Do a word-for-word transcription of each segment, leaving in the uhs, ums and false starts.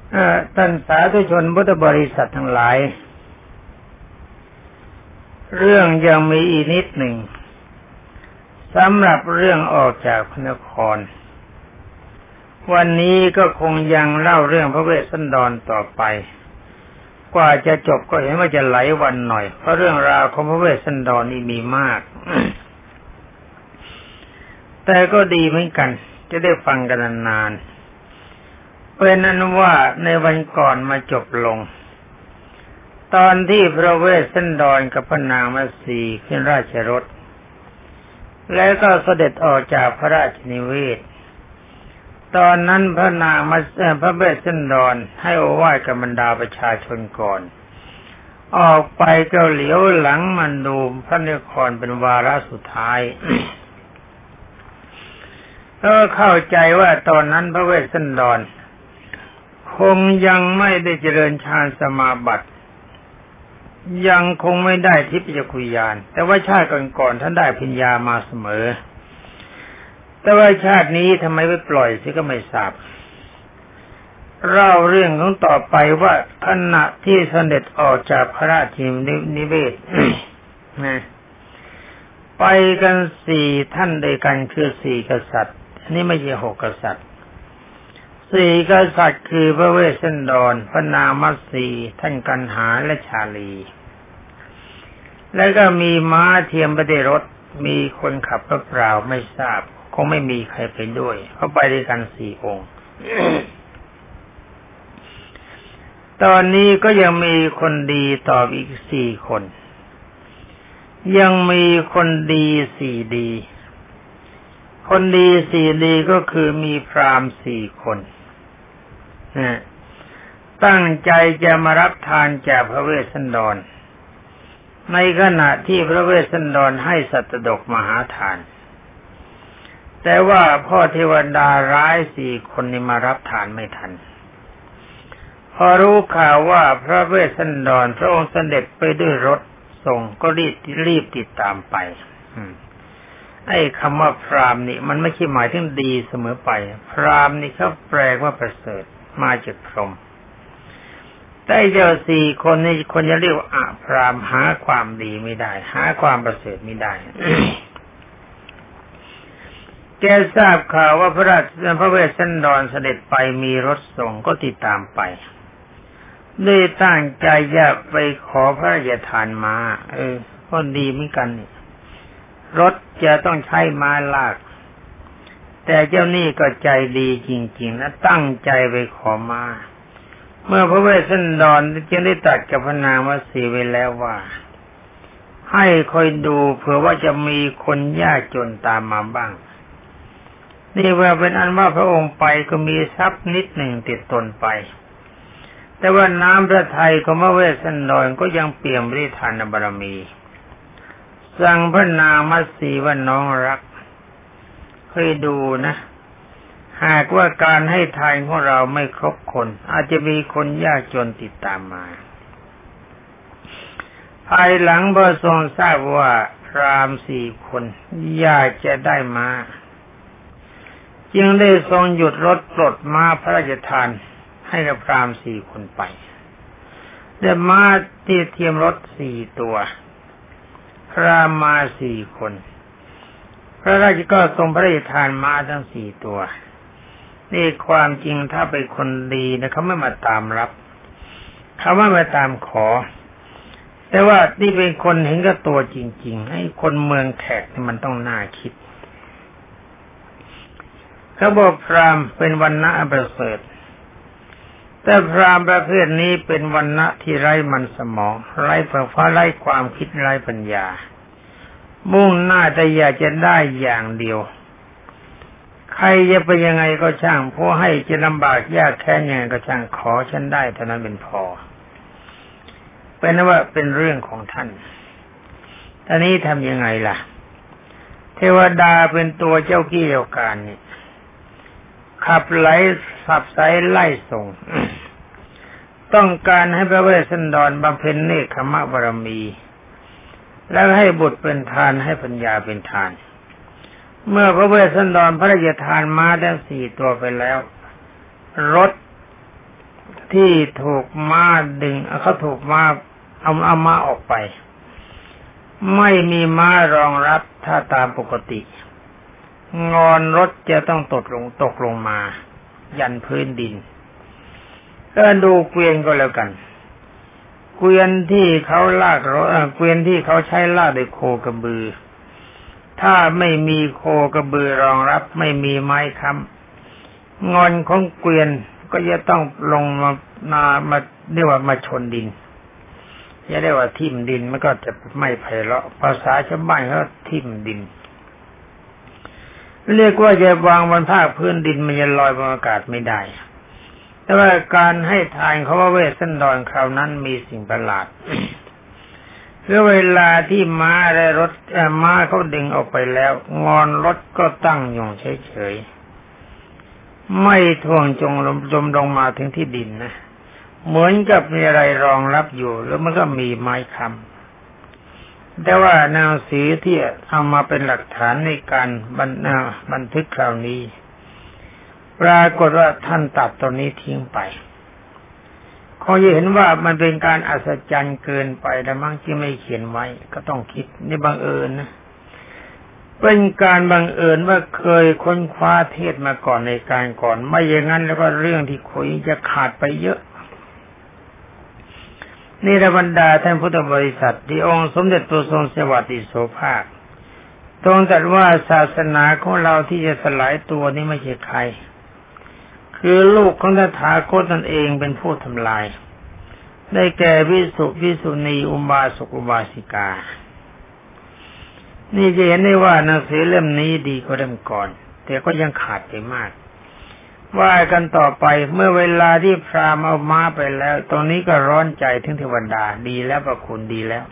ท่านสาธุชนพุทธบริษัททั้งหลายเรื่องยังมีอีกนิดหนึ่งสำหรับเรื่องออกจากพระนครวันนี้ก็คงยังเล่าเรื่องพระเวสสันดรต่อไปกว่าจะจบก็เห็นว่าจะหลายวันหน่อยเพราะเรื่องราวของพระเวสสันดรนี่มีมาก แต่ก็ดีเหมือนกันจะได้ฟังกันนานๆเป็นนั้นว่าในวันก่อนมาจบลงตอนที่พระเวสสันดรกับพระนางมัตสีขึ้นราชรถแล้วก็เสด็จออกจากพระราชนิเวศตอนนั้นพระนางมัตสีพระเวสสันดรให้โอวาทกับบรรดาประชาชนก่อนออกไปก็เหลียวหลังมันดูพระนครเป็นวาระสุดท้าย ก็เข้าใจว่าตอนนั้นพระเวสสันดรคงยังไม่ได้เจริญฌานสมาบัติยังคงไม่ได้ทิพยคุยานแต่ว่าชาติก่อนๆท่านได้ปัญญามาเสมอแต่ว่าชาตินี้ทำไมไม่ปล่อยสิก็ไม่ทราบเล่าเรื่องของต่อไปว่าขณะที่เสด็จออกจากพระราชนิเวศ นะไปกันสี่ท่านด้วยกันคือสี่กษัตริย์อันนี้ไม่ใช่หกกษัตริย์สี่กษัตริย์คือพระเวสสันดรพระนางมัตสีท่านกันหาและชาลีแล้วก็มีม้าเทียมไปด้วยรถมีคนขับหรือเปล่าไม่ทราบคงไม่มีใครไปด้วยเพราะไปด้วยกันสี่องค์ ตอนนี้ก็ยังมีคนดีต่ออีกสี่คนยังมีคนดีสี่ดีคนดีสี่ดีก็คือมีพราหมณ์สี่คนนะตั้งใจจะมารับทานจากพระเวสสันดรในขณะที่พระเวสสันดรให้สัตดกมหาทานแต่ว่าพ่อเทวดาร้ายสี่คนนี้มารับทานไม่ทันพอรู้ข่าวว่าพระเวสสันดรพระองค์เสด็จไปด้วยรถส่งก็รีบรีบติดตามไปไอ้คำว่าพราหมณ์นี่มันไม่ใช่หมายถึงดีเสมอไปพราหมณ์นี่เขาแปลว่าประเสริฐมาจากพรหมแต่เจ้าสี่คนนี่คนจะเรียกว่าอพราหมณ์หาความดีไม่ได้หาความประเสริฐไม่ได้ แกทราบข่าวว่าพระราชพระเวสสันดรเสด็จไปมีรถส่งก็ติดตามไปได้ตั้งใจจะไปขอพระราชทานม้าเออก็ดีเหมือนกันนี่รถจะต้องใช้ม้าลากแต่เจ้านี่ก็ใจดีจริงๆนะตั้งใจไปขอม้าเมื่อพระเวสสันดรจึงได้ตรัสกับพระนางมัตสีไว้แล้วว่าให้คอยดูเผื่อว่าจะมีคนยากจนตามมาบ้างนี่ว่าเป็นอันว่าพระองค์ไปก็มีทรัพย์นิดหนึ่งติดตนไปแต่ว่าน้ำพระทัยของพระเวสสันดรก็ยังเปี่ยมด้วยทานบารมีสั่งพระนางมัตสีว่าน้องรักเคยดูนะหากว่าการให้ทานของเราไม่ครบคนอาจจะมีคนยากจนติดตามมาภายหลังพระทรงทราบว่าพราหมณ์สี่คนอยากจะได้ม้าจึงได้ทรงหยุดรถปลดม้าพระราชทานให้กับพราหมณ์สี่คนไปแต่ม้าที่เทียมรถสี่ตัวพราหมณ์มาสี่คนพระราชก็ทรงพระราชทานม้าทั้งสี่ตัวนี่ความจริงถ้าเป็นคนดีนะเขาไม่มาตามรับเขาไม่มาตามขอแต่ว่านี่เป็นคนเห็นกับตัวจริงๆให้คนเมืองแขกนี่มันต้องน่าคิดเขาบอกพราหมณ์เป็นวรรณะประเสริฐแต่พราหมณ์ประเภทนี้เป็นวรรณะที่ไร้มันสมองไร้ภาวะไร้ความคิดไร้ปัญญามุ่งหน้าแต่อยากจะได้อย่างเดียวใครจะไปยังไงก็ช่างเพราะให้จะลำบากยากแค่ยังไงก็ช่างขอฉันได้เท่านั้นเป็นพอเป็นว่าเป็นเรื่องของท่านตอนนี้ทำยังไงล่ะเทวดาเป็นตัวเจ้ากี้เจ้าการนี่ขับไล่สับไสไล่ส่ง ต้องการให้พระเวสสันดรบำเพ็ญเนกขมบารมีแล้วให้บุตรเป็นทานให้ปัญญาเป็นทานเมื่อพระเวสสันดรพระราชทานม้าทั้งสี่ตัวไปแล้วรถที่ถูกม้าดึงเขาถูกม้าเอาเอาม้าออกไปไม่มีม้ารองรับถ้าตามปกติงอนรถจะต้องตกลงตกลงมายันพื้นดินก็ดูเกวียนก็แล้วกันเกวียนที่เขาลากรถเกวียนที่เขาใช้ลากด้วยโคกระบือถ้าไม่มีโคกระบือรองรับไม่มีไม้ค้ำงอนของเกวียนก็จะต้องลงมามามาเรียกว่ามาชนดินจะเรียกว่าทิ่มดินมันก็จะไม่ไพเราะภาษาชาวบ้านเขาทิ่มดินเรียกว่าจะวางบนภาคพื้นดินมันจะลอยบนอากาศไม่ได้แต่ว่าการให้ทานเขาว่าเวสสันดรคราวนั้นมีสิ่งประหลาดคือเวลาที่ม้าและรถม้าเขาดึงออกไปแล้วงอนรถก็ตั้งอยู่เฉยๆไม่ท่วงจงลมจมลงมาถึงที่ดินนะเหมือนกับมีอะไรรองรับอยู่แล้วมันก็มีไม้ค้ำแต่ว่าหนังสือที่เอามาเป็นหลักฐานในการบันบันทึกคราวนี้ปรากฏว่าท่านตัดตรงนี้ทิ้งไปเขาจะเห็นว่ามันเป็นการอัศจรรย์เกินไปแต่มั่งที่ไม่เขียนไว้ก็ต้องคิดนี่บังเอิญนะเป็นการบังเอิญว่าเคยค้นคว้าเทศมาก่อนในการก่อนไม่อย่างนั้นแล้วก็เรื่องที่คุยจะขาดไปเยอะนี่ระบรรดาท่านพุทธบริษัทที่องค์สมเด็จตัวทรงสวัสดิโสภาคทรงตรัสว่าศาสนาของเราที่จะสลายตัวนี้ไม่ใช่ใครคือลูกของตถาคตนั่นเองเป็นผู้ทำลายได้แก่ภิกษุภิกษุณีอุบาสกอุบาสิกานี่จะเห็นได้ว่าหนังสือเล่มนี้ดีกว่าเล่มก่อนแต่ก็ยังขาดไปมากว่ากันต่อไปเมื่อเวลาที่พราหมณ์เอาม้าไปแล้วตรงนี้ก็ร้อนใจถึงเทวดาดีแล้วพระคุณดีแล้ว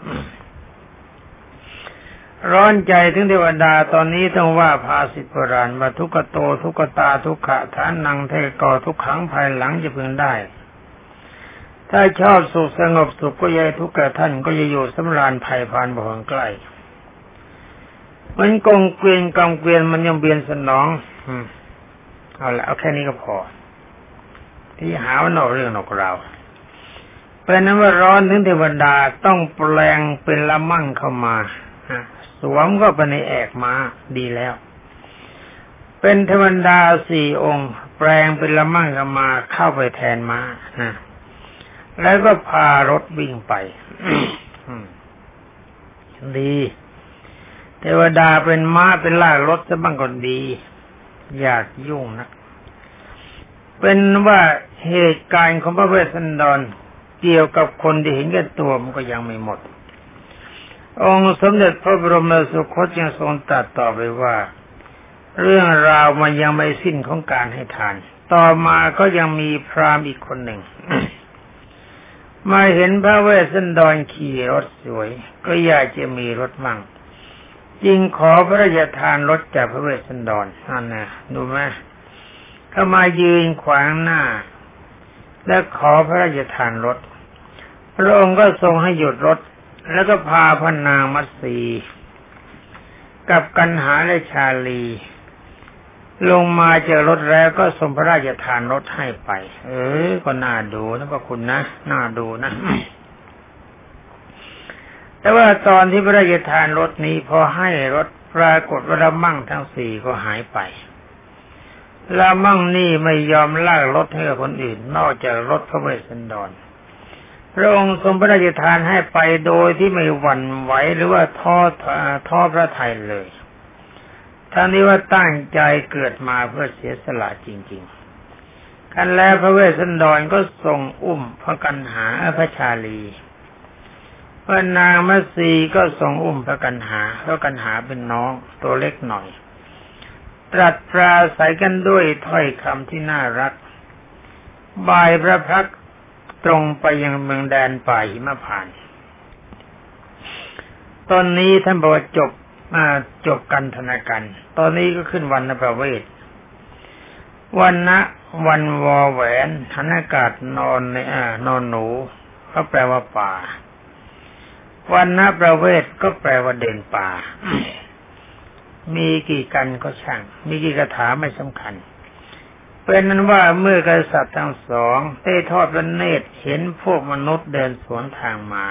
ร้อนใจถึงเทวดาตอนนี้ต้องว่าภาษิตโบราณว่าทุกขโตทุกขตาทุกขะฐานังเทกอทุกขังภายหลังจะพึงได้ถ้าชอบสุขสงบสุขก็อย่าทุกข์แก่ท่านก็จะอยู่สำราญภัยพานบ่ห่างใกล้มันกงเกวียนกำเกวียนมันยังเบียนสนองอืมเอาละเอาแค่นี้ก็พอที่หาว่านอกเรื่องนอกราวเป็นนั้นว่าร้อนถึงเทวดาต้องแปลงเป็นละมั่งเข้ามาสวมก็ไปในแอกม้าดีแล้วเป็นเทวดาสี่องค์แปลงเป็นละมั่งเข้ามาเข้าไปแทนม้านะแล้วก็พารถวิ่งไป ดีเทวดาเป็นม้าเป็นลากรถซะบ้างก็ดีอยากยุ่งนะเป็นว่าเหตุการณ์ของพระเวสสันดรเกี่ยวกับคนที่เห็นแก่ตัวมันก็ยังไม่หมดองค์สมเด็จพระบรมสุคตยังทรงตรัสต่อไปว่าเรื่องราวมันยังไม่สิ้นของการให้ทานต่อมาก็ยังมีพราหมณ์อีกคนหนึ่ง มาเห็นพระเวสสันดรขี่รถสวยก็อยากจะมีรถมั่งจึงขอพระราชทานรถจากพระเวสสันดรนั่นนะดูไหมเขามายืนขวางหน้าและขอพระราชทานรถพระองค์ก็ทรงให้หยุดรถแล้วก็พาพระนางมัตสีกับกันหาและชาลีลงมาจากรถแล้วก็ทรงพระราชทานรถให้ไปเออก็น่าดูนะพระคุณนะน่าดูนะ แต่ว่าตอนที่พระราชทานรถนี้พอให้รถปรากฏว่าละมั่งทั้งสี่ก็หายไปละมั่งนี่ไม่ยอมลากรถให้กับคนอื่นนอกจากรถพระเวสสันดรพระองค์ทรงพระราชทานให้ไปโดยที่ไม่หวั่นไหวหรือว่าท้อท้อพระทัยเลยทั้งนี้ว่าตั้งใจเกิดมาเพื่อเสียสละจริงๆกันแล้วพระเวสสันดรก็ทรงอุ้มพระกันหาพระชาลีพระนางมัตสีก็ทรงอุ้มพระกันหาพระกันหาเป็นน้องตัวเล็กหน่อยตรัสปราศัยกันด้วยถ้อยคำที่น่ารักบ่ายพระพักตรงไปยังเมืองแดนป่าหิมพานต์ตอนนี้ท่านบอกว่าจบจบกันธนกันตอนนี้ก็ขึ้นวันประเวทวันนะวันวอแหวนหันอากาศนอนในอ่านอนหนูก็แปลว่าป่าวันนะประเวทก็แปลว่าเดินป่า มีกี่กันก็ช่างมีกี่คาถาไม่สำคัญเป็นนั้นว่าเมื่อกษัตริย์ทั้งสองได้ทอดพระเนตรเห็นพวกมนุษย์เดินสวนทางมา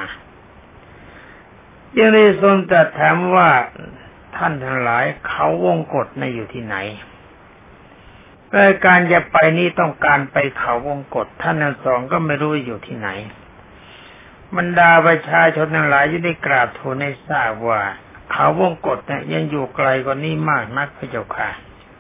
จึงได้ทรงตรัสถามว่าท่านทั้งหลายเขาวงกฏในอยู่ที่ไหนเพื่อการจะไปนี้ต้องการไปเขาวงกฏท่านทั้งสองก็ไม่รู้อยู่ที่ไหนบรรดาประชาชนทั้งหลายจึงได้กราบทูลให้ทราบว่าเขาวงกฏเนี่ยยังอยู่ไกลกว่านี้มากนักพระเจ้าค่ะ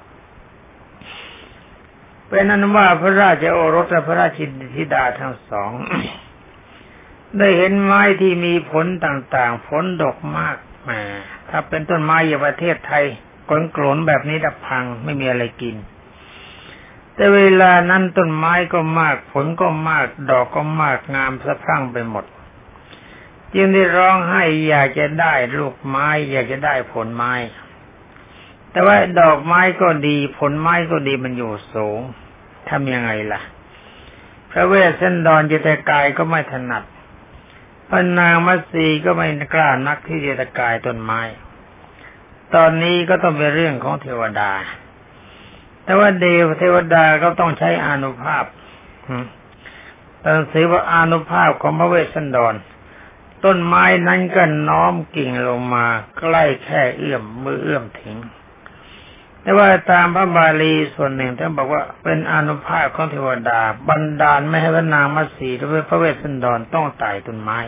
เป็นนั้นว่าพระราชโอรสและพระราชินีธิดาทั้งสอง ได้เห็นไม้ที่มีผลต่างๆผลดกมากแหมถ้าเป็นต้นไม้อย่างประเทศไทยกลนโกรนแบบนี้ดับพังไม่มีอะไรกินแต่เวลานั้นต้นไม้ก็มากผลก็มากดอกก็มากงามสะพรั่งไปหมดจึงได้ร้องไห้อยากจะได้ลูกไม้อยากจะได้ผลไม้แต่ว่าดอกไม้ก็ดีผลไม้ก็ดีมันอยู่สูงทำยังไงล่ะพระเวสสันดรจิตกายก็ไม่ถนัดพระนางมัตสีก็ไม่กล้านักที่จะตะกายต้นไม้ตอนนี้ก็ต้องเป็นเรื่องของเทวดาแต่ว่าเดวเทวดาก็ต้องใช้อานุภาพตั้งชื่อว่าอานุภาพของพระเวสสันดรต้นไม้นั้นก็น้อมกิ่งลงมาใกล้แค่เอื้อมมือเอื้อมถึงแต่ว่าตามพระบาลีส่วนหนึ่งท่านบอกว่าเป็นอานุภาพของเทวดาบันดาลไม่ให้พระนางมัตสีหรือพระเวสสันดรต้องไต่ต้นไม้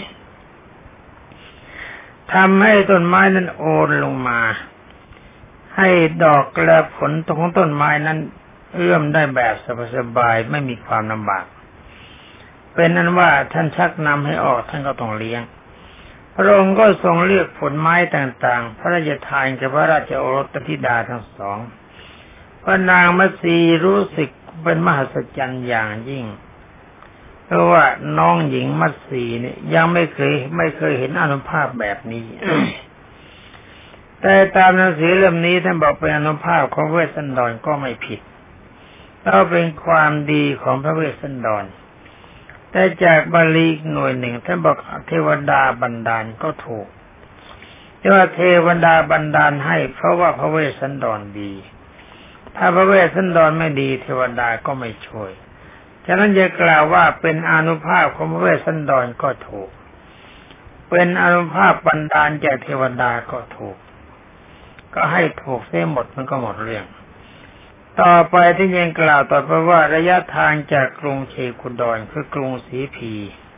ทำให้ต้นไม้นั้นโอนลงมาให้ดอกและผลของต้นไม้นั้นเอื้อมได้แบบสบายๆไม่มีความลำบากเป็นนั้นว่าท่านชักนำให้ออกท่านก็ต้องเลี้ยงพระองค์ก็ทรงเลือกผลไม้ต่างๆพระราชทานแก่พระราชโอรสธิดาทั้งสองพระนางมัตสีรู้สึกเป็นมหัศจรรย์อย่างยิ่งเพราะว่าน้องหญิงมัตสีเนี่ยยังไม่เคยไม่เคยเห็นอานุภาพแบบนี้ แต่ตามหนังสือเล่มนี้ท่านบอกเป็นอานุภาพของพระเวสสันดรก็ไม่ผิดแล้วเป็นความดีของพระเวสสันดรแต่จากบาลีหน่วยหนึ่งท่านบอกเทวดาบันดาลก็ถูกแต่ว่าเทวดาบันดาลให้เพราะว่าพระเวสสันดรดีถ้าพระเวสสันดรไม่ดีเทวดาก็ไม่ช่วยฉะนั้นจะกล่าวว่าเป็นอานุภาพของพระเวสสันดรก็ถูกเป็นอานุภาพบันดาลจากเทวดาก็ถูกก็ให้ถูกเสียหมดมันก็หมดเรื่องต่อไปที่ยังกล่าวต่อไปว่าระยะทางจากกรุงเชคุดรคือกรุงสีพี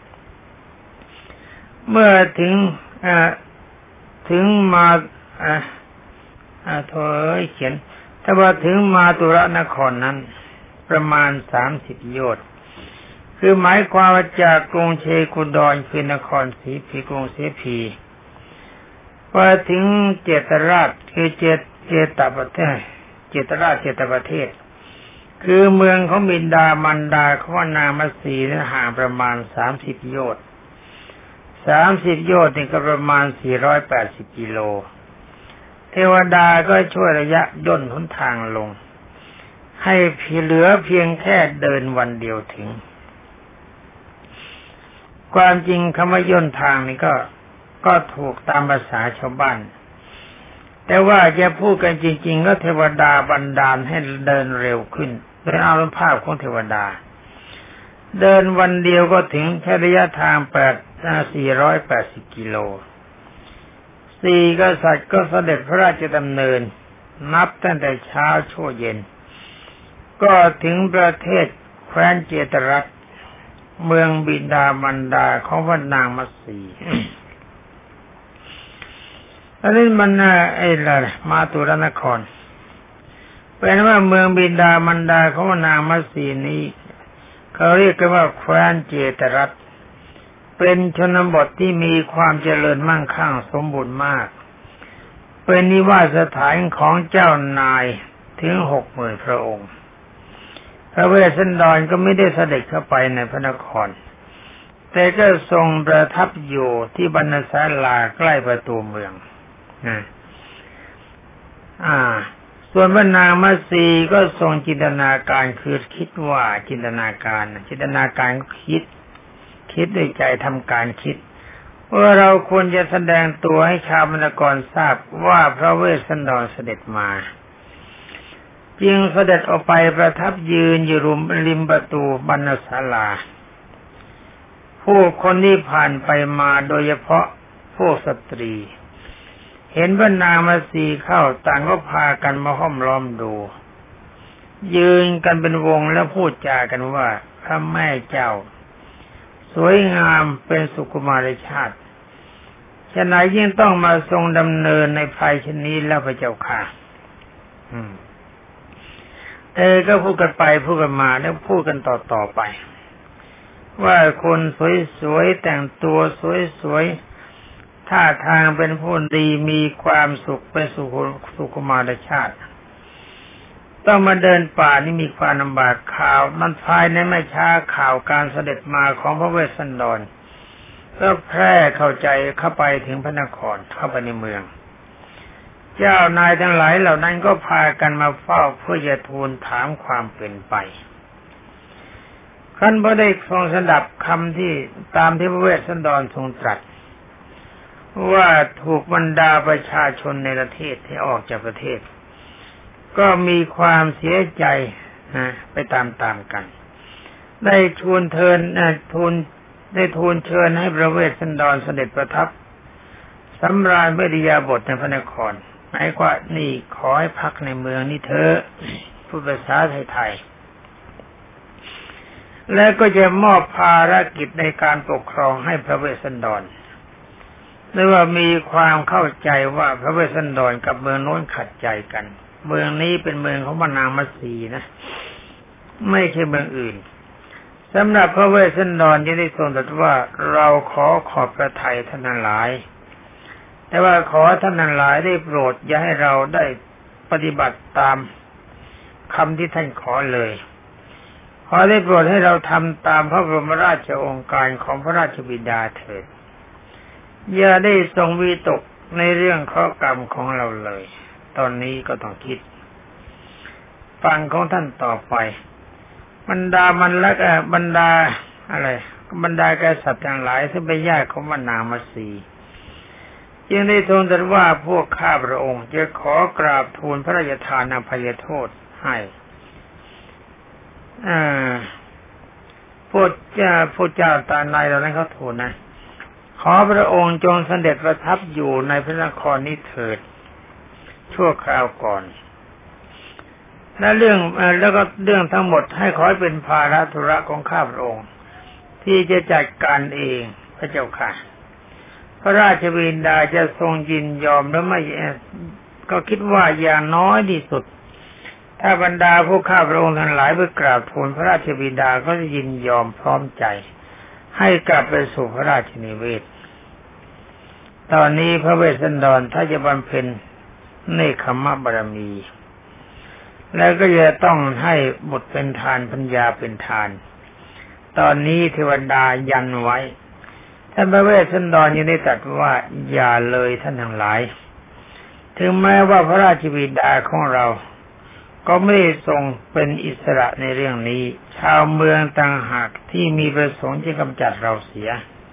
เมื่อถึงถึงมาอ่าอ่าโถยเขียนถ้าว่าถึงมาตุรนครนั้นประมาณสามสิบโยชน์คือหมายความว่าจากกรุงเชคุดรคือนครสีพีกรุงสีพีพอถึงเจตราชคือเจตเจตประเทศเจตราชเจตประเทศคือเมืองของบิดามารดาของนางมัตสีนั้นห่างประมาณสามสิบโยชน์สามสิบโยชน์นี่ก็ประมาณสี่ร้อยแปดสิบกิโลเทวดาก็ช่วยระยะย่นหนทางลงให้เหลือเพียงแค่เดินวันเดียวถึงความจริงคำว่าย่นทางนี่ก็ก็ถูกตามภาษาชาวบ้านแต่ว่าจะพูดกันจริงๆก็เทวดาบันดาลให้เดินเร็วขึ้นเป็นอานุภาพของเทวดาเดินวันเดียวก็ถึงแค่ระยะทางแปดสี่ร้อยแปดสิบกิโลสี่กษัตริย์ก็เสด็จพระราชดำเนินนับตั้งแต่เช้าชั่วเย็นก็ถึงประเทศแคว้นเจตรัฐเมืองบิดามารดาของพระนางมัตสีอันนี้มันไอ้ละมาตุรนครเป็นว่าเมืองบิดามารดาของนางมัตสีนี้เขาเรียกกันว่าแคว้นเจตรัฐเป็นชนบทที่มีความเจริญมั่งคั่งสมบูรณ์มากเป็นนิวาสสถานของเจ้านายถึงหกหมื่นพระองค์พระเวสสันดรก็ไม่ได้เสด็จเข้าไปในพระนครแต่ก็ทรงประทับอยู่ที่บรรณศาลาใกล้ประตูเมืองอ่าส่วนพระนางมัตสีก็ทรงจินตนาการคือคิดว่าจินตนาการจินตนาการคิดคิดด้วยใจทำการคิดว่าเราควรจะแสดงตัวให้ชาวมณฑลทราบว่าพระเวสสันดรเสด็จมาจึงเสด็จออกไปประทับยืนอยู่ริมประตูบรรณศาลาผู้คนที่ผ่านไปมาโดยเฉพาะพวกสตรีเห็นพระนางมัสีเข้าต่างก็พากันมาห้อมล้อมดูยืนกันเป็นวงแล้วพูดจากันว่าพระแม่เจ้าสวยงามเป็นสุกุมารชาติฉะนั้นยิ่งต้องมาทรงดำเนินในภัยชนนี้แล้วพระเจ้าค่ะอืมเออก็พูดกันไปพูดกันมาแล้วพูดกันต่อต่อไปว่าคนสวยๆแต่งตัวสวยๆท่าทางเป็นผู้ดีมีความสุขเป็นสุสุกุมารชาติต้องมาเดินป่านี่มีความลำบากข่าวมันภายในไม่ช้าข่าวการเสด็จมาของพระเวสสันดรก็แพร่เข้าใจเข้าไปถึงพระนครเข้าไปในเมืองเจ้านายทั้งหลายเหล่านั้นก็พากันมาเฝ้าเพื่อจะทูลถามความเป็นไปขั้นพอได้ทรงสดับคำที่ตามที่พระเวสสันดรทรงตรัสว่าถูกบรรดาประชาชนในประเทศที่ออกจากประเทศก็มีความเสียใจนะไปตามๆกันได้ทูลเทินนะทูลได้ทูลเชิญให้พระเวสสันดรเสด็จประทับสำราญเวริยาบทในพระนครหมายความนี่ขอให้พักในเมืองนี้เถอะพูดภาษาไทยๆและก็จะมอบภารกิจในการปกครองให้พระเวสสันดรหรือว่ามีความเข้าใจว่าพระเวสสันดรกับเมืองโน้นขัดใจกันเมืองนี้เป็นเมืองของพระนางมัสีนะไม่ใช่เมืองอื่นสำหรับพระเวสสันดรที่ได้ทรงตรัสว่าเราขอขอบพระทัยท่านทั้งหลายแต่ว่าขอท่านทั้งหลายได้โปรดอย่าให้เราได้ปฏิบัติตามคำที่ท่านขอเลยขอได้โปรดให้เราทำตามพระบรมราชโองการของพระราชบิดาเถิดอย่าได้ทรงวิตกในเรื่องข้อกรรมของเราเลยตอนนี้ก็ต้องคิดฟังของท่านต่อไปบรรดามันละบรรดาอะไรบรรดากษัตริย์ทั้งหลายซึ่งเป็นญาติของพระนางมัสีจึงได้ทูลตรัสว่าพวกข้าพระองค์จะขอกราบทูลพระราชทานอภัยโทษให้อ่าพวกเจ้าพวกเจ้าตาในเหล่านั้นเขาทูลนะขอพระองค์จงเสด็จประทับอยู่ในพระนครนี้เถิดชั่วคราวก่อนและเรื่องแล้วก็เรื่องทั้งหมดให้ขอให้เป็นภาระธุระของข้าพระองค์ที่จะจัดการเองพระเจ้าค่ะพระราชบิดาจะทรงยินยอมหรือไม่ก็คิดว่าอย่างน้อยที่สุดถ้าบรรดาผู้ข้าพระองค์ทั้งหลายไปกราบทูลพระราชบิดาก็จะยินยอมพร้อมใจให้กลับไปสู่พระราชนิเวศตอนนี้พระเวสสันดรถ้าจะบำเพ็ญเนคขมบารมีแล้วก็จะต้องให้บุตรเป็นทานปัญญาเป็นทานตอนนี้เทวดายันไว้ท่านพระเวสสันดรยังได้ตรัสว่าอย่าเลยท่านทั้งหลายถึงแม้ว่าพระราชบิดาของเราก็ไม่ได้ทรงเป็นอิสระในเรื่องนี้ชาวเมืองต่างหากที่มีประสงค์จะกำจัดเราเสีย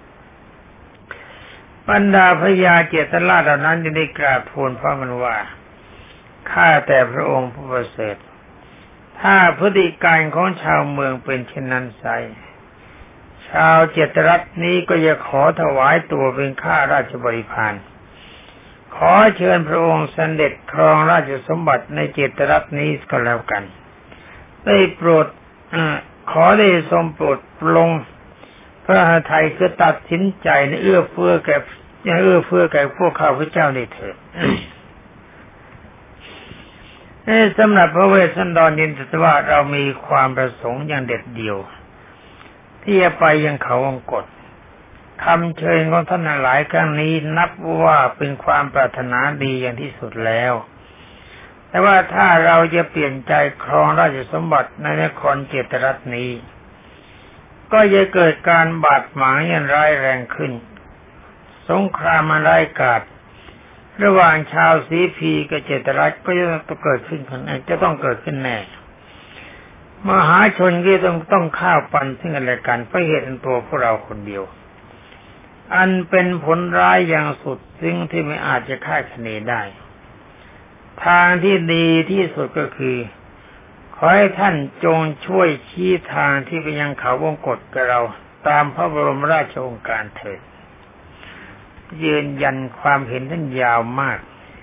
บรรดาพญาเจตราชเหล่านั้นจึงได้กราบทูลพระมันว่าข้าแต่พระองค์ผู้ประเสริฐถ้าพฤติการของชาวเมืองเป็นเช่นนั้นไซชาวเจตรัฐนี้ก็จะขอถวายตัวเป็นข้าราชบริพารขอเชิญพระองค์เสด็จครองราชสมบัติในเจตรัฐนี้ก็แล้วกันได้โปรดอขอได้ทรงโปรดปลงพระทัยไทยคือตัดสินใจในเอื้อเฟื้อแก่เอื้อเฟื้อแก่พวกข้าพเจ้านี่เถิดสำหรับพระเวสสันดรยินดีว่าเรามีความประสงค์อย่างเด็ดเดี่ยวที่จะไปยังเขาวงกฏคำเชิญของท่านหลายครั้งนี้นับว่าเป็นความปรารถนาดีอย่างที่สุดแล้วแต่ว่าถ้าเราจะเปลี่ยนใจครองราชสมบัติในนครเจตรัฐนี้ก็จะเกิดการบาดหมางอย่างร้ายแรงขึ้นสงครามอันร้ายกาจระหว่างชาวสีพีกับเจตรัฐก็จะต้องเกิดขึ้นจะต้องเกิดขึ้นแน่มหาชนก็ต้องต้องข้าวปันซึ่งกันและกันเพราะเหตุตัวพวกเราคนเดียวอันเป็นผลร้ายอย่างสุดซึ่งที่ไม่อาจจะคาดคะเนได้ทางที่ดีที่สุดก็คือขอให้ท่านจงช่วยชี้ทางที่ไปยังเขาวงกฏกับเราตามพระบรมราชโองการเถิดยืนยันความเห็นท่านยาวมาก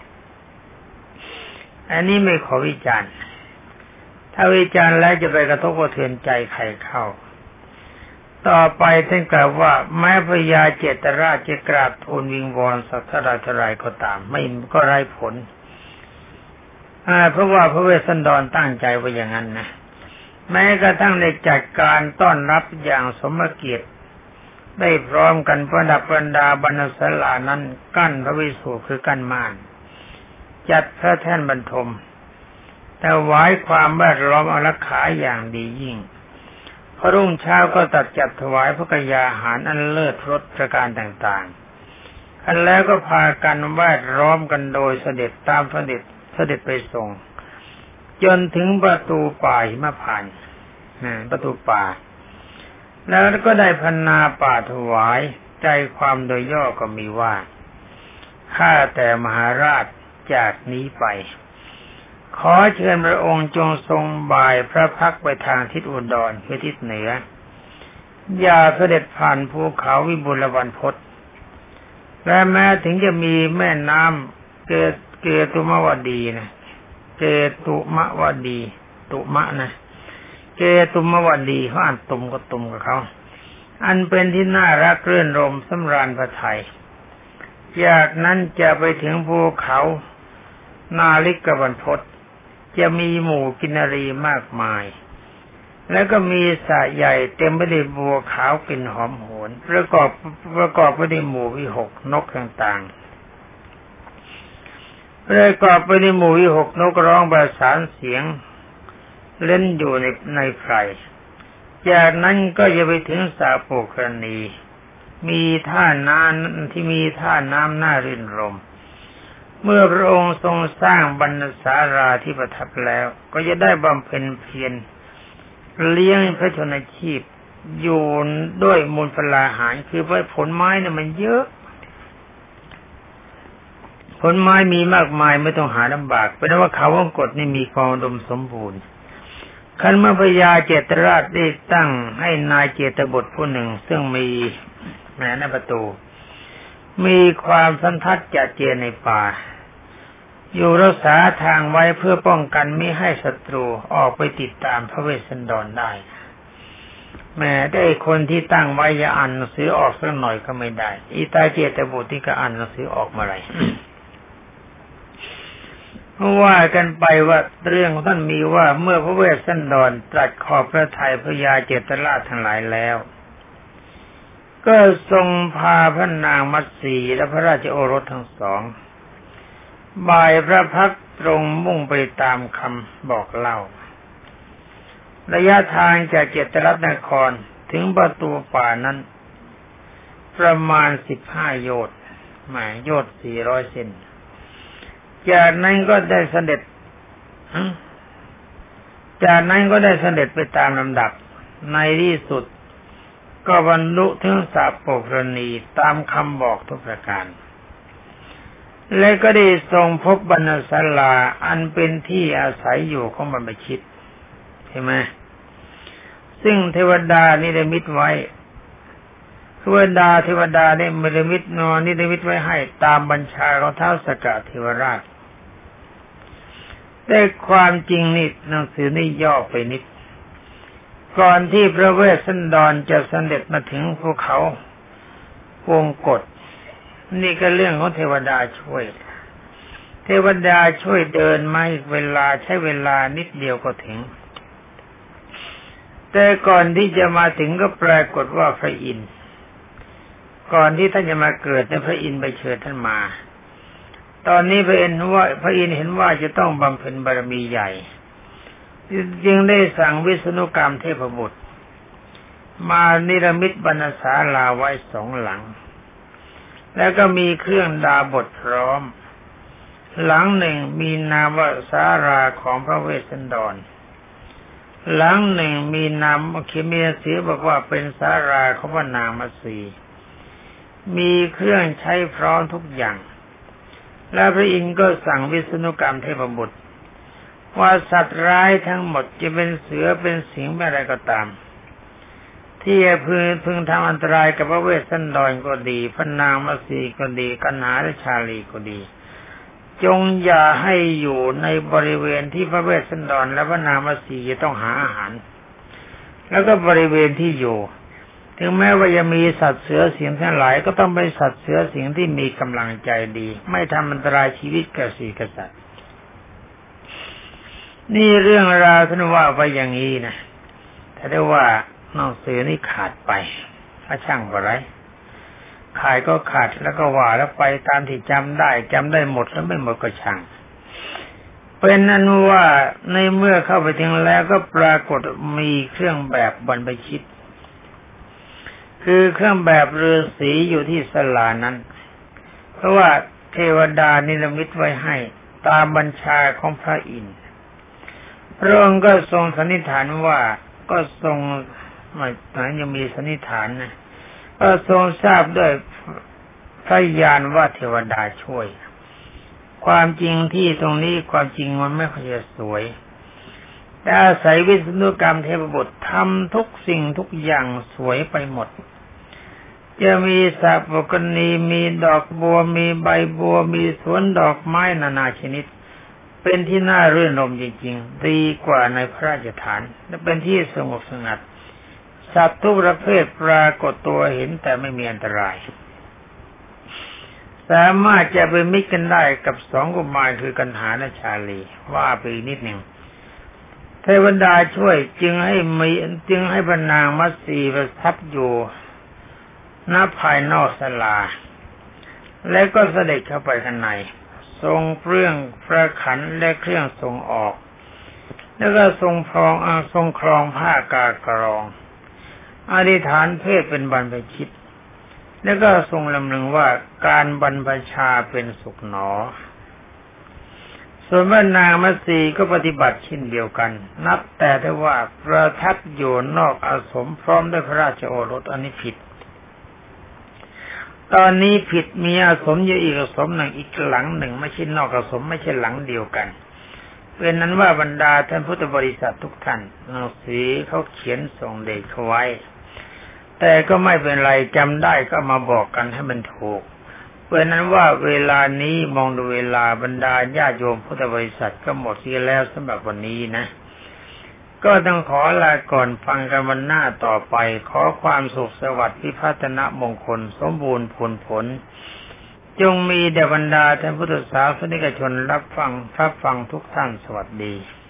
อันนี้ไม่ขอวิจารณ์ถ้าวิจารณ์แล้วจะไปกระทบกระเทือนใจใครเข้าต่อไปท่านกล่าวว่าแม้พญาเจตราชจะกราบทูลวิงวอนสักเท่าไรเท่าไรก็ตามไม่ก็ไร้ผลอ่าเพราะว่าพระเวสสันดรตั้งใจไว้อย่างนั้นนะแม้กระทั่งได้จัดการต้อนรับอย่างสมเกียรติได้พร้อมกันประดับบรรดาบรรณศาลานั้นกั้นพระวิสูคือกั้นม่านจัดพระแท่นบรรทมแต่ไว้ความแวดล้อมอารักขาอย่างดียิ่งพอรุ่งเช้าก็ตัดจัดถวายพระกยาหารอันเลิศรสประการต่างๆอันแล้วก็พากันแวดล้อมกันโดยเสด็จตามเสด็จเสด็จไปส่งจนถึงประตูป่าหิมพานต์ประตูป่าแล้วก็ได้พรรณนาป่าถวายใจความโดยย่อก็มีว่าข้าแต่มหาราชจากนี้ไปขอเชิญพระองค์จงทรงบ่ายพระพักไปทางทิศอุดรคือทิศเหนืออย่าเสด็จผ่านภูเขาวิบูลวรรณพตและแม้ถึงจะมีแม่น้ำเกเกตุมวดีนะเกตุมวดีตุมะนะเกตุมวดีเขาอ่านตุมก็ตุมกับเขาอันเป็นที่น่ารักรื่นรมสำราญพระทัยจากนั้นจะไปถึงภูเขานาลิกบรรพตจะมีหมู่กินรีมากมายแล้วก็มีสระใหญ่เต็มไปด้วยบัวขาวกลิ่นหอมโหนประกอบประกอบไปด้วยหมู่วิหกนกต่างๆประกอบไปด้วยหมู่วิหกนกร้องประสานเสียงเล่นอยู่ในในไพรจากนั้นก็จะไปถึงสระโปกรณีมีท่าน้ำที่มีท่าน้ำน่ารื่นรมเมื่อพระองค์ทรงสร้างบรรณศาลาที่ประทับแล้วก็จะได้บำเพ็ญเพียรเลี้ยงพระชนชีพอยู่ด้วยมูลพลาหารคือผลไม้เนี่ยมันเยอะผลไม้มีมากมายไม่ต้องหาลำบากเป็นว่าเขาวงกฏนี่มีความอุดมสมบูรณ์คันเมื่อพญาเจตราชได้ตั้งให้นายเจตบุตรผู้หนึ่งซึ่งมีแม่ในประตูมีความสันทัดจัดเจนในป่าอยู่รักษาทางไว้เพื่อป้องกันไม่ให้ศัตรูออกไปติดตามพระเวสสันดรได้แม้ได้คนที่ตั้งไว้จะอ่านหนังสือออกสักหน่อยก็ไม่ได้อีตาเจตบุตรที่ก็อ่านหนังสือออกมาไร เพราะว่ากันไปว่าเรื่องของท่านมีว่าเมื่อพระเวสสันดรตรัสขอบพระทัยพระยาเจตราชทั้งหลายแล้วก็ทรงพาพระนางมัตสีและพระราชโอรสทั้งสองบ่ายพระพักตรงมุ่งไปตามคำบอกเล่าระยะทางจากเจตรัตนครถึงประตูป่านั้นประมาณสิบห้าโยชน์หมายโยชน์สี่ร้อยเซนจากนั้นก็ได้เสด็จจากนั้นก็ได้เสด็จไปตามลำดับในที่สุดก็บรรลุถึงสระโปกรณีตามคำบอกทุกประการและก็ได้ทรงพบบรรณศาลาอันเป็นที่อาศัยอยู่ของบรรพชิตใช่ไหมซึ่งเทวดานิมิตไว้เทวดาเทวดาได้นิมิตนอนนิมิตไว้ให้ตามบัญชาของท้าวสกเทวราชแต่ความจริงนี่หนังสือนี่ย่อไปนิดก่อนที่พระเวสสันดรจะเสด็จมาถึงภูเขาวงกฏนี่ก็เรื่องของเทวดาช่วยเทวดาช่วยเดินมาอีกเวลาใช้เวลานิดเดียวก็ถึงแต่ก่อนที่จะมาถึงก็ปรากฏว่าพระอินทร์ก่อนที่ท่านจะมาเกิดในพระอินทร์ไปเชิญท่านมาตอนนี้พระอินทร์ว่าพระอินทร์เห็นว่าจะต้องบำเพ็ญบารมีใหญ่จึงได้สั่งวิษณุกรรมเทพบุตรมานิรมิตบรรณศาลาไว้สองหลังแล้วก็มีเครื่องดาบทพร้อมหลังหนึ่งมีนามว่าศาลาของพระเวสสันดรหลังหนึ่งมีนามเขียนมีเสียบอกว่าเป็นศาลาของพระนางมัตสีมีเครื่องใช้พร้อมทุกอย่างและพระอินทร์ก็สั่งวิษณุกรรมเทพบุตรว่าสัตว์ร้ายทั้งหมดจะเป็นเสือเป็นสิงห์อะไรก็ตามที่พึงพึงทำอันตรายกับพระเวสสันดรก็ดีพระนางมัสีก็ดีกัณหาและชาลีก็ดีจงอย่าให้อยู่ในบริเวณที่พระเวสสันดรและพระนางมัสีจะต้องหาอาหารแล้วก็บริเวณที่อยู่ถึงแม้ว่าจะมีสัตว์เสือสิงห์ทั้งหลายก็ต้องเป็นสัตว์เสือสิงห์ที่มีกำลังใจดีไม่ทำอันตรายชีวิตแก่สีกษัตริย์นี่เรื่องราวท่านว่าไปอย่างนี้นะถ้าได้ว่าหนังสือนี่ขาดไปถ้าช่างอะไรขาดก็ขาดแล้วก็ว่าแล้วไปตามที่จำได้จำได้หมดแล้วไม่หมดก็ช่างเป็นนั้นว่าในเมื่อเข้าไปถึงแล้วก็ปรากฏมีเครื่องแบบบรรพชิตคือเครื่องแบบฤาษีอยู่ที่ศาลานั้นเพราะว่าเทวดานิรมิตไว้ให้ตามบัญชาของพระอินทร์พระองค์ก็ทรงสันนิษฐานว่าก็ทรงไม่ตอนยังมีสันนิษฐานนะก็ทรงทราบด้วยพระญาณว่าเทวดาช่วยความจริงที่ตรงนี้ความจริงมันไม่ค่อยจะสวยแต่อาศัยวิศนุกรรมเทพบุตรทำทุกสิ่งทุกอย่างสวยไปหมดจะมีสระปกนีมีดอกบัวมีใบบัวมีสวนดอกไม้นานาชนิดเป็นที่น่ารื่นรมจริงๆดีกว่าในพระราชฐานและเป็นที่สงบสงัดสัตว์ทุกประเภทปรากฏตัวเห็นแต่ไม่มีอันตรายสามารถจะเป็นมิตรกันได้กับสองกุมารคือกัณหาและชาลีว่าไปนิดหนึ่งเทวดาช่วยจึงให้มีจึงให้พระนางมัตสีประทับอยู่ณภายนอกศาลาและก็เสด็จเข้าไปข้างในทรงเครื่องพระขันและเครื่องทรงออกแล้วก็ทรงครองทรงครองผ้ากากรองอธิษฐานเพศเป็นบรรพชิตแล้วก็ทรงลำลึงว่าการบรรพชาเป็นสุขหนอส่วนพระนางมัตสีก็ปฏิบัติเช่นเดียวกันนับแต่ได้ว่าประทับอยู่นอกอาสมพร้อมด้วยพระราชโอรสอันนี้ผิดตอนนี้ผิดมีอาสมอยู่อีกอาสมหนึ่งอีกหลังหนึ่งไม่ใช่นอกอาสมไม่ใช่หลังเดียวกันเป็นนั้นว่าบรรดาท่านพุทธบริษัททุกท่านหนังสือเขาเขียนส่งเด็กเขาไว้แต่ก็ไม่เป็นไรจำได้ก็มาบอกกันให้มันถูกเพราะนั้นว่าเวลานี้มองดูเวลาบรรดาญาโยมพุทธบริษัทก็หมดเสียแล้วสำหรับวันนี้นะก็ต้องขอลาก่อนฟังกันวันหน้าต่อไปขอความสุขสวัสดิ์พิพัฒนมงคลสมบูรณ์ผลผลจงมีแด่บรรดาท่านพุทธศาสนิกชนรับฟังรับฟังทุกท่านสวัสดี